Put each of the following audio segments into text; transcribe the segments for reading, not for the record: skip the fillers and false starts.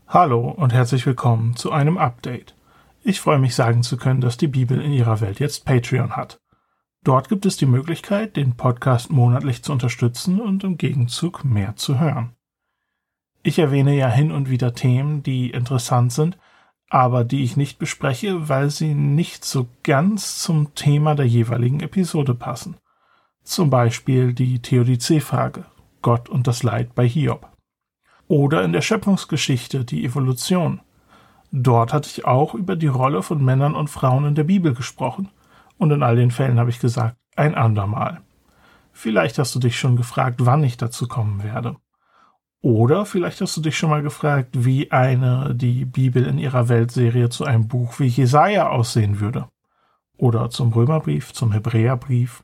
Hallo und herzlich willkommen zu einem Update. Ich freue mich sagen zu können, dass die Bibel in ihrer Welt jetzt Patreon hat. Dort gibt es die Möglichkeit, den Podcast monatlich zu unterstützen und im Gegenzug mehr zu hören. Ich erwähne ja hin und wieder Themen, die interessant sind, aber die ich nicht bespreche, weil sie nicht so ganz zum Thema der jeweiligen Episode passen. Zum Beispiel die Theodizee-Frage, Gott und das Leid bei Hiob. Oder in der Schöpfungsgeschichte, die Evolution. Dort hatte ich auch über die Rolle von Männern und Frauen in der Bibel gesprochen. Und in all den Fällen habe ich gesagt, ein andermal. Vielleicht hast du dich schon gefragt, wann ich dazu kommen werde. Oder vielleicht hast du dich schon mal gefragt, wie die Bibel in ihrer Weltserie zu einem Buch wie Jesaja aussehen würde. Oder zum Römerbrief, zum Hebräerbrief.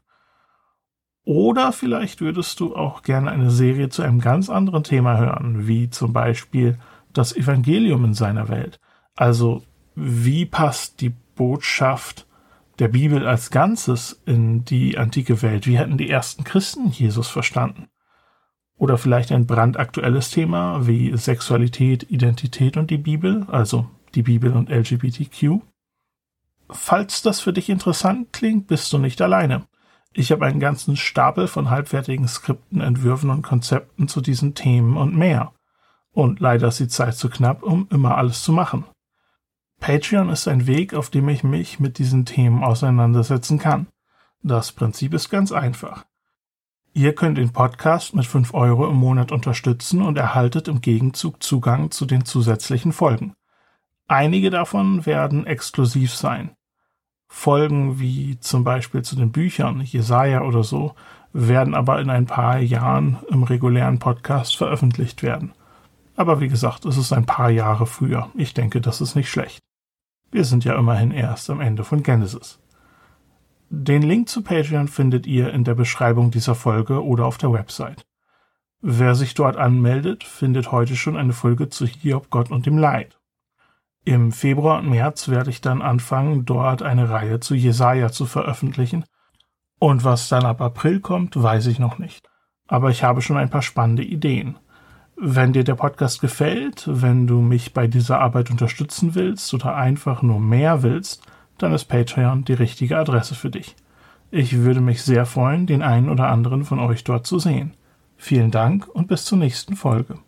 Oder vielleicht würdest du auch gerne eine Serie zu einem ganz anderen Thema hören, wie zum Beispiel das Evangelium in seiner Welt. Also, wie passt die Botschaft der Bibel als Ganzes in die antike Welt? Wie hätten die ersten Christen Jesus verstanden? Oder vielleicht ein brandaktuelles Thema wie Sexualität, Identität und die Bibel, also die Bibel und LGBTQ? Falls das für dich interessant klingt, bist du nicht alleine. Ich habe einen ganzen Stapel von halbfertigen Skripten, Entwürfen und Konzepten zu diesen Themen und mehr. Und leider ist die Zeit zu knapp, um immer alles zu machen. Patreon ist ein Weg, auf dem ich mich mit diesen Themen auseinandersetzen kann. Das Prinzip ist ganz einfach. Ihr könnt den Podcast mit 5 € im Monat unterstützen und erhaltet im Gegenzug Zugang zu den zusätzlichen Folgen. Einige davon werden exklusiv sein. Folgen wie zum Beispiel zu den Büchern, Jesaja oder so, werden aber in ein paar Jahren im regulären Podcast veröffentlicht werden. Aber wie gesagt, es ist ein paar Jahre früher. Ich denke, das ist nicht schlecht. Wir sind ja immerhin erst am Ende von Genesis. Den Link zu Patreon findet ihr in der Beschreibung dieser Folge oder auf der Website. Wer sich dort anmeldet, findet heute schon eine Folge zu Hiob, Gott und dem Leid. Im Februar und März werde ich dann anfangen, dort eine Reihe zu Jesaja zu veröffentlichen. Und was dann ab April kommt, weiß ich noch nicht. Aber ich habe schon ein paar spannende Ideen. Wenn dir der Podcast gefällt, wenn du mich bei dieser Arbeit unterstützen willst oder einfach nur mehr willst, dann ist Patreon die richtige Adresse für dich. Ich würde mich sehr freuen, den einen oder anderen von euch dort zu sehen. Vielen Dank und bis zur nächsten Folge.